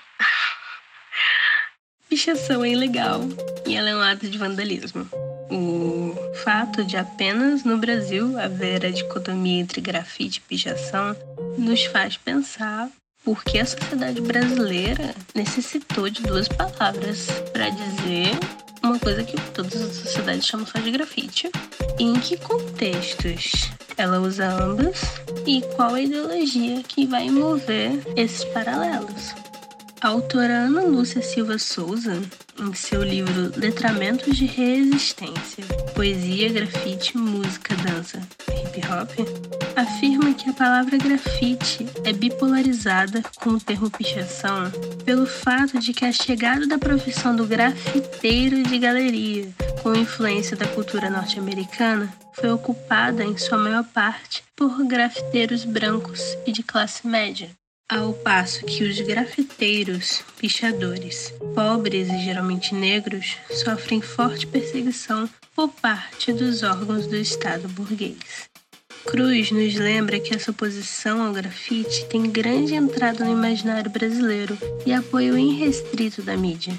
Pichação é ilegal e ela é um ato de vandalismo. O fato de apenas no Brasil haver a dicotomia entre grafite e pichação nos faz pensar por que a sociedade brasileira necessitou de duas palavras para dizer uma coisa que todas as sociedades chamam só de grafite. E em que contextos ela usa ambas e qual a ideologia que vai mover esses paralelos. A autora Ana Lúcia Silva Souza, em seu livro Letramentos de Resistência, Poesia, Grafite, Música, Dança, Hip Hop, afirma que a palavra grafite é bipolarizada com o termo pichação pelo fato de que a chegada da profissão do grafiteiro de galeria, com influência da cultura norte-americana, foi ocupada em sua maior parte por grafiteiros brancos e de classe média, ao passo que os grafiteiros, pichadores, pobres e geralmente negros, sofrem forte perseguição por parte dos órgãos do Estado burguês. Cruz nos lembra que essa oposição ao grafite tem grande entrada no imaginário brasileiro e apoio irrestrito da mídia.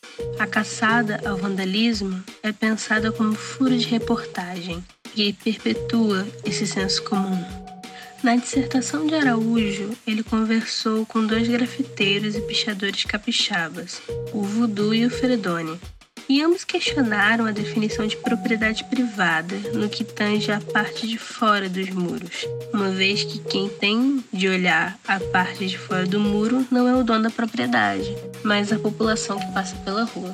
A caçada ao vandalismo é pensada como furo de reportagem e perpetua esse senso comum. Na dissertação de Araújo, ele conversou com dois grafiteiros e pichadores capixabas, o Voodoo e o Fredoni, e ambos questionaram a definição de propriedade privada no que tange à parte de fora dos muros, uma vez que quem tem de olhar a parte de fora do muro não é o dono da propriedade, mas a população que passa pela rua.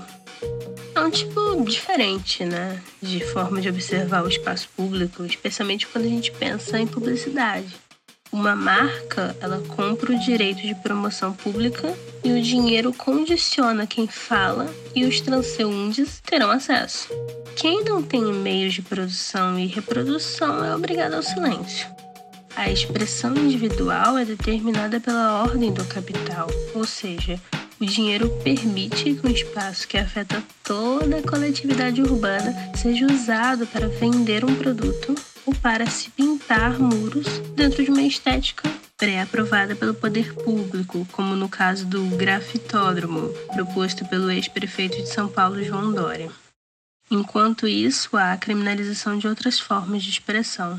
É um tipo diferente, né, de forma de observar o espaço público, especialmente quando a gente pensa em publicidade. Uma marca, ela compra o direito de promoção pública e o dinheiro condiciona quem fala e os transeuntes terão acesso. Quem não tem meios de produção e reprodução é obrigado ao silêncio. A expressão individual é determinada pela ordem do capital, ou seja, o dinheiro permite que um espaço que afeta toda a coletividade urbana seja usado para vender um produto ou para se pintar muros dentro de uma estética pré-aprovada pelo poder público, como no caso do grafitódromo, proposto pelo ex-prefeito de São Paulo, João Dória. Enquanto isso, há a criminalização de outras formas de expressão.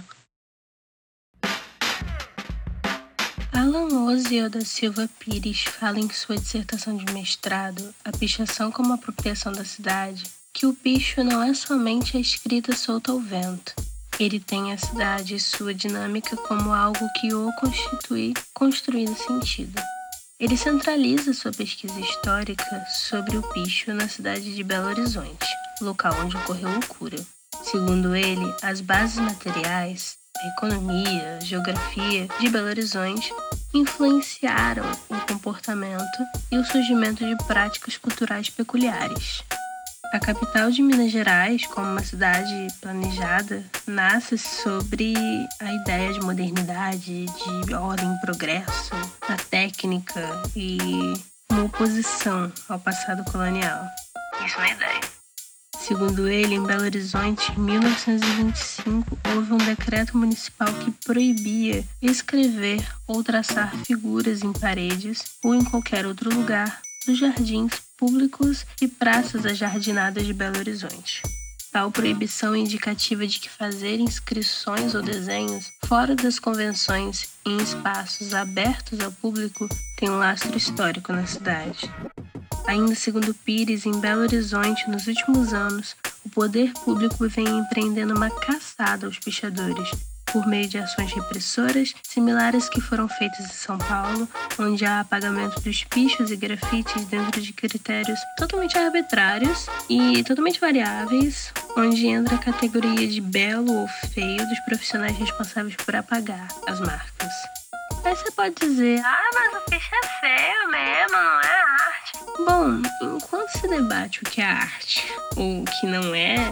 Alan Osiel da Silva Pires fala em sua dissertação de mestrado, A Pichação como Apropriação da Cidade, que o picho não é somente a escrita solta ao vento. Ele tem a cidade e sua dinâmica como algo que o constitui construindo sentido. Ele centraliza sua pesquisa histórica sobre o picho na cidade de Belo Horizonte, local onde ocorreu a loucura. Segundo ele, as bases materiais, a economia, a geografia de Belo Horizonte influenciaram o comportamento e o surgimento de práticas culturais peculiares. A capital de Minas Gerais, como uma cidade planejada, nasce sobre a ideia de modernidade, de ordem e progresso, da técnica e uma oposição ao passado colonial. Isso é uma ideia. Segundo ele, em Belo Horizonte, em mil novecentos e vinte e cinco, houve um decreto municipal que proibia escrever ou traçar figuras em paredes ou em qualquer outro lugar dos jardins públicos e praças ajardinadas de Belo Horizonte. Tal proibição é indicativa de que fazer inscrições ou desenhos fora das convenções em espaços abertos ao público tem um lastro histórico na cidade. Ainda segundo Pires, em Belo Horizonte, nos últimos anos, o poder público vem empreendendo uma caçada aos pichadores, por meio de ações repressoras similares que foram feitas em São Paulo, onde há apagamento dos pichos e grafites dentro de critérios totalmente arbitrários e totalmente variáveis, onde entra a categoria de belo ou feio dos profissionais responsáveis por apagar as marcas. Aí você pode dizer, ah, mas o picho é feio mesmo, não é arte. Bom, enquanto se debate o que é arte ou o que não é,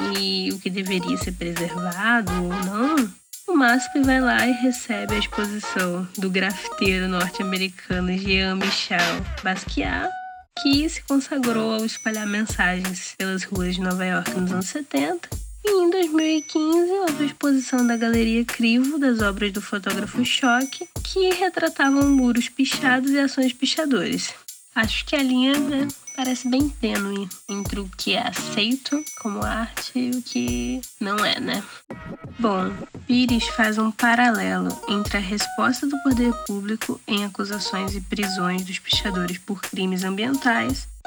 e o que deveria ser preservado ou não, o MASP vai lá e recebe a exposição do grafiteiro norte-americano Jean-Michel Basquiat, que se consagrou ao espalhar mensagens pelas ruas de Nova York nos anos setenta. E em dois mil e quinze houve a exposição da Galeria Crivo das obras do fotógrafo Choque, que retratavam muros pichados e ações de pichadores. Acho que a linha, né, parece bem tênue entre o que é aceito como arte e o que não é, né? Bom, Pires faz um paralelo entre a resposta do poder público em acusações e prisões dos pichadores por crimes ambientais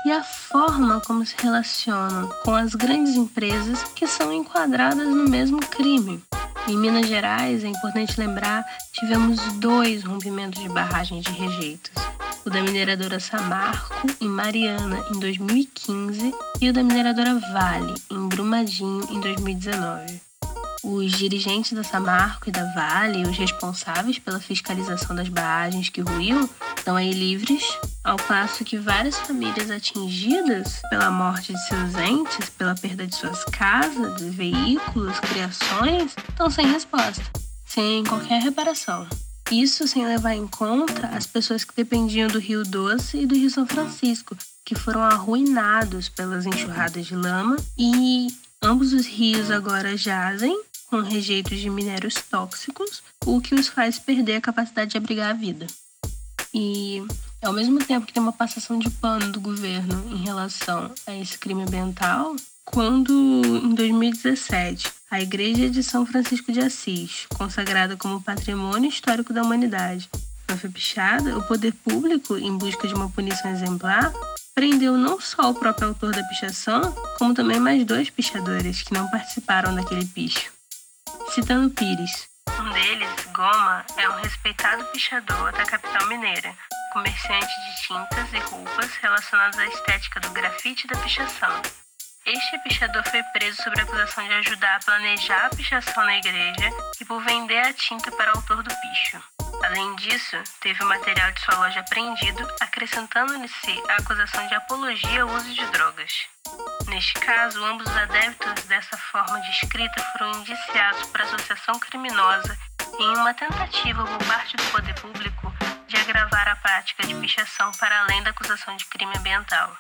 e a forma como se relacionam com as grandes empresas que são enquadradas no mesmo crime. Em Minas Gerais, é importante lembrar, tivemos dois rompimentos de barragem de rejeitos. O da mineradora Samarco, em Mariana, em dois mil e quinze, e o da mineradora Vale, em Brumadinho, em dois mil e dezenove. Os dirigentes da Samarco e da Vale, os responsáveis pela fiscalização das barragens que ruíam, estão aí livres, ao passo que várias famílias atingidas pela morte de seus entes, pela perda de suas casas, veículos, criações, estão sem resposta, sem qualquer reparação. Isso sem levar em conta as pessoas que dependiam do Rio Doce e do Rio São Francisco, que foram arruinados pelas enxurradas de lama, e ambos os rios agora jazem com rejeitos de minérios tóxicos, o que os faz perder a capacidade de abrigar a vida. E, ao mesmo tempo que tem uma passação de pano do governo em relação a esse crime ambiental, quando, em dois mil e dezessete, a Igreja de São Francisco de Assis, consagrada como Patrimônio Histórico da Humanidade, foi pichada, o poder público, em busca de uma punição exemplar, prendeu não só o próprio autor da pichação, como também mais dois pichadores que não participaram daquele picho. Citando Pires, um deles, Goma, é um respeitado pichador da capital mineira, comerciante de tintas e roupas relacionadas à estética do grafite e da pichação. Este pichador foi preso sob a acusação de ajudar a planejar a pichação na igreja e por vender a tinta para o autor do picho. Além disso, teve o material de sua loja apreendido, acrescentando-lhe-se a acusação de apologia ao uso de drogas. Neste caso, ambos os adeptos dessa forma de escrita foram indiciados por associação criminosa em uma tentativa por parte do poder público de agravar a prática de pichação para além da acusação de crime ambiental.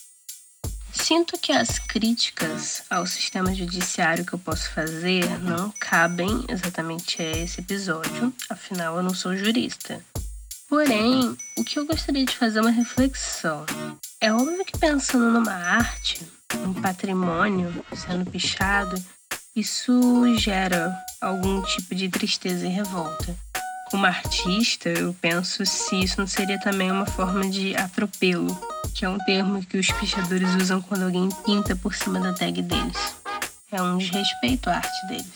Sinto que as críticas ao sistema judiciário que eu posso fazer não cabem exatamente a esse episódio, afinal eu não sou jurista. Porém, o que eu gostaria de fazer é uma reflexão. É óbvio que pensando numa arte, um patrimônio sendo pichado, isso gera algum tipo de tristeza e revolta. Como artista, eu penso se isso não seria também uma forma de atropelo, que é um termo que os pichadores usam quando alguém pinta por cima da tag deles. É um desrespeito à arte deles.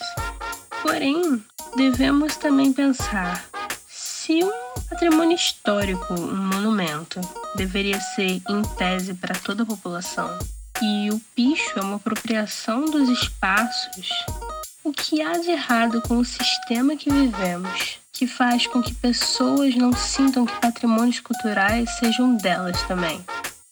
Porém, devemos também pensar se um patrimônio histórico, um monumento, deveria ser em tese para toda a população e o picho é uma apropriação dos espaços, o que há de errado com o sistema que vivemos, que faz com que pessoas não sintam que patrimônios culturais sejam delas também.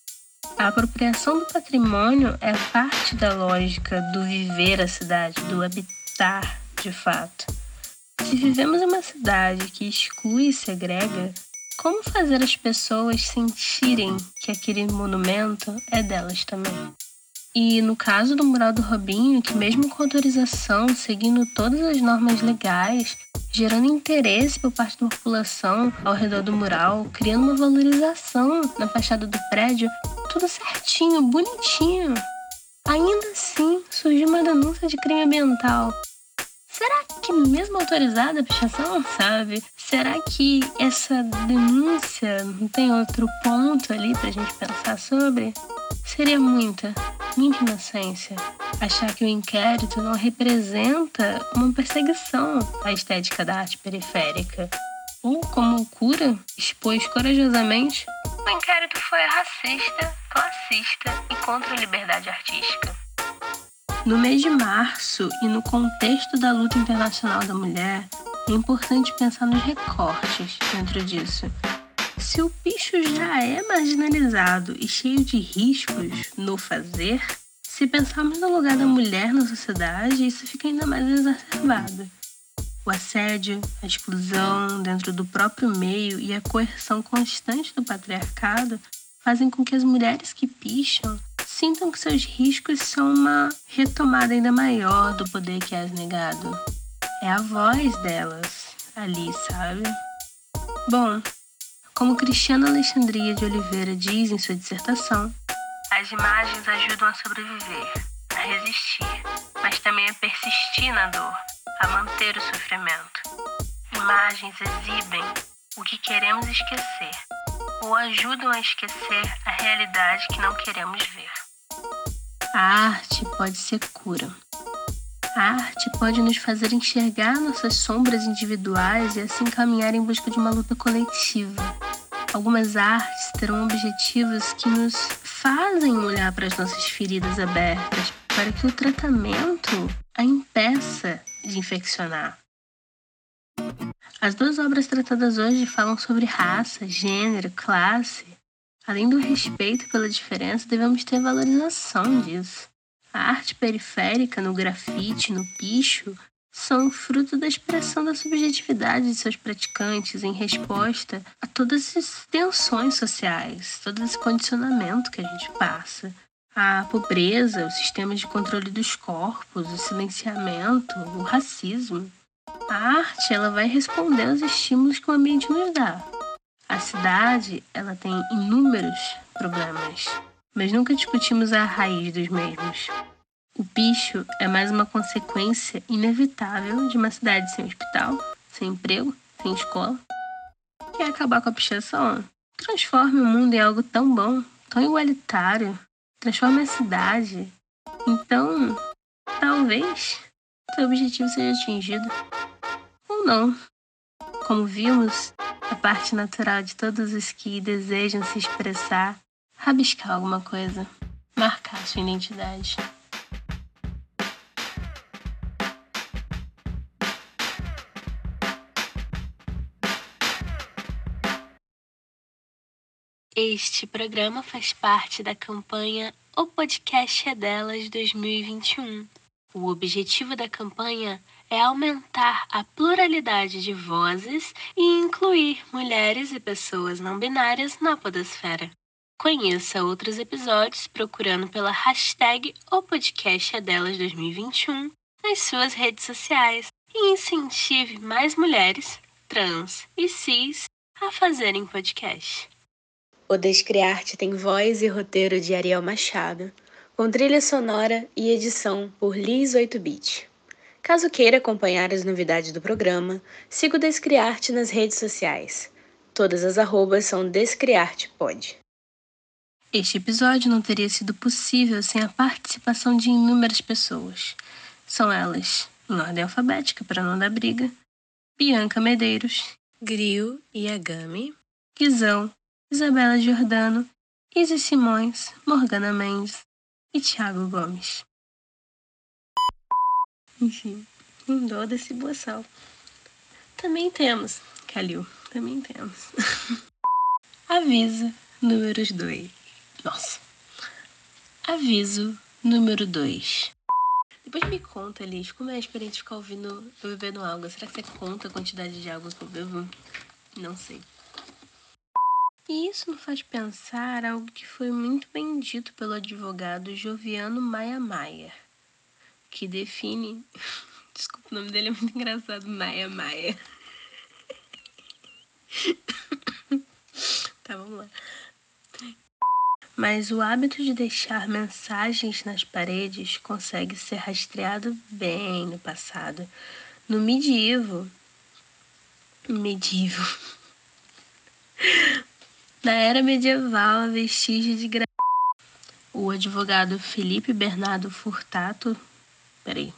A apropriação do patrimônio é parte da lógica do viver a cidade, do habitar de fato. Se vivemos em uma cidade que exclui e segrega, como fazer as pessoas sentirem que aquele monumento é delas também? E no caso do mural do Robinho, que mesmo com autorização, seguindo todas as normas legais, gerando interesse por parte da população ao redor do mural, criando uma valorização na fachada do prédio, tudo certinho, bonitinho. Ainda assim, surgiu uma denúncia de crime ambiental. Será que mesmo autorizada a pichação, sabe? Será que essa denúncia não tem outro ponto ali pra gente pensar sobre? Seria muita, muita inocência achar que o inquérito não representa uma perseguição à estética da arte periférica. Ou, como o Cura expôs corajosamente, o inquérito foi racista, classista e contra a liberdade artística. No mês de março e no contexto da luta internacional da mulher, é importante pensar nos recortes dentro disso. Se o picho já é marginalizado e cheio de riscos no fazer, se pensarmos no lugar da mulher na sociedade, isso fica ainda mais exacerbado. O assédio, a exclusão dentro do próprio meio e a coerção constante do patriarcado fazem com que as mulheres que picham sintam que seus riscos são uma retomada ainda maior do poder que é negado. É a voz delas ali, sabe? Bom, como Cristiana Alexandria de Oliveira diz em sua dissertação, as imagens ajudam a sobreviver, a resistir, mas também a persistir na dor, a manter o sofrimento. Imagens exibem o que queremos esquecer, ou ajudam a esquecer a realidade que não queremos ver. A arte pode ser cura. A arte pode nos fazer enxergar nossas sombras individuais e assim caminhar em busca de uma luta coletiva. Algumas artes terão objetivos que nos fazem olhar para as nossas feridas abertas para que o tratamento a impeça de infeccionar. As duas obras tratadas hoje falam sobre raça, gênero, classe. Além do respeito pela diferença, devemos ter valorização disso. A arte periférica, no grafite, no picho, são fruto da expressão da subjetividade de seus praticantes em resposta a todas as tensões sociais, todo esse condicionamento que a gente passa. A pobreza, os sistemas de controle dos corpos, o silenciamento, o racismo. A arte, ela vai responder aos estímulos que o ambiente nos dá. A cidade, ela tem inúmeros problemas, mas nunca discutimos a raiz dos mesmos. O picho é mais uma consequência inevitável de uma cidade sem hospital, sem emprego, sem escola. Quer acabar com a pichação? Transforme o mundo em algo tão bom, tão igualitário. Transforme a cidade. Então, talvez seu objetivo seja atingido. Ou não. Como vimos, a parte natural de todos os que desejam se expressar, rabiscar alguma coisa, marcar sua identidade. Este programa faz parte da campanha O Podcast é Delas dois mil e vinte e um. O objetivo da campanha é aumentar a pluralidade de vozes e incluir mulheres e pessoas não binárias na podosfera. Conheça outros episódios procurando pela hashtag O Podcast é Delas dois mil e vinte e um nas suas redes sociais e incentive mais mulheres, trans e cis a fazerem podcast. O Descriarte tem voz e roteiro de Ariel Machado, com trilha sonora e edição por Liz oito bit. Caso queira acompanhar as novidades do programa, siga o Descriarte nas redes sociais. Todas as arrobas são DescriartePod. Este episódio não teria sido possível sem a participação de inúmeras pessoas. São elas, em ordem alfabética para não dar briga, Bianca Medeiros, Grill e Agami, Guizão, Isabela Giordano, Izzy Simões, Morgana Mendes e Thiago Gomes. Enfim, em dó desse boçal. Também temos, Calil, também temos. Aviso número dois. Nossa. Aviso número dois. Depois me conta, Liz, como é a experiência de ficar ouvindo eu bebendo água. Será que você conta a quantidade de água que eu bebo? Não sei. E isso me faz pensar algo que foi muito bem dito pelo advogado Joviano Maia Maia, que define... Desculpa, o nome dele é muito engraçado, Maia Maia. Tá, vamos lá. Mas o hábito de deixar mensagens nas paredes consegue ser rastreado bem no passado. No medievo... Medievo... Na era medieval, a vestígio de gra... O advogado Felipe Bernardo Furtado... Peraí.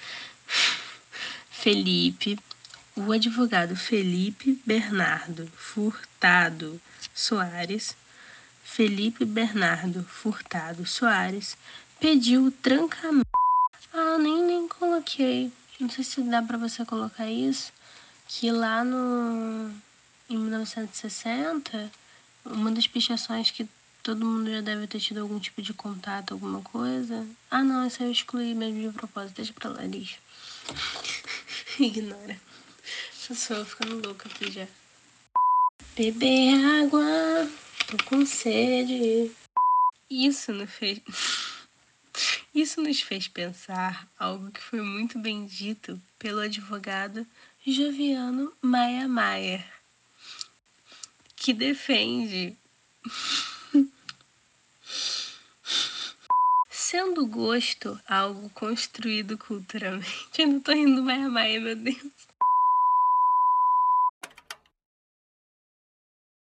Felipe... O advogado Felipe Bernardo Furtado Soares... Felipe Bernardo Furtado Soares pediu o trancamento... Ah, nem, nem coloquei. Não sei se dá pra você colocar isso. Que lá no... Em mil novecentos e sessenta... Uma das pichações que todo mundo já deve ter tido algum tipo de contato, alguma coisa. Ah, não, isso eu excluí mesmo de propósito. Deixa pra lá, lixo. Ignora. Eu sou ficando louca aqui já. Beber água, tô com sede. Isso nos fez... Isso nos fez pensar algo que foi muito bem dito pelo advogado Joviano Maia Maia, que defende sendo o gosto algo construído culturalmente. Eu não tô rindo Maia Maia, meu Deus.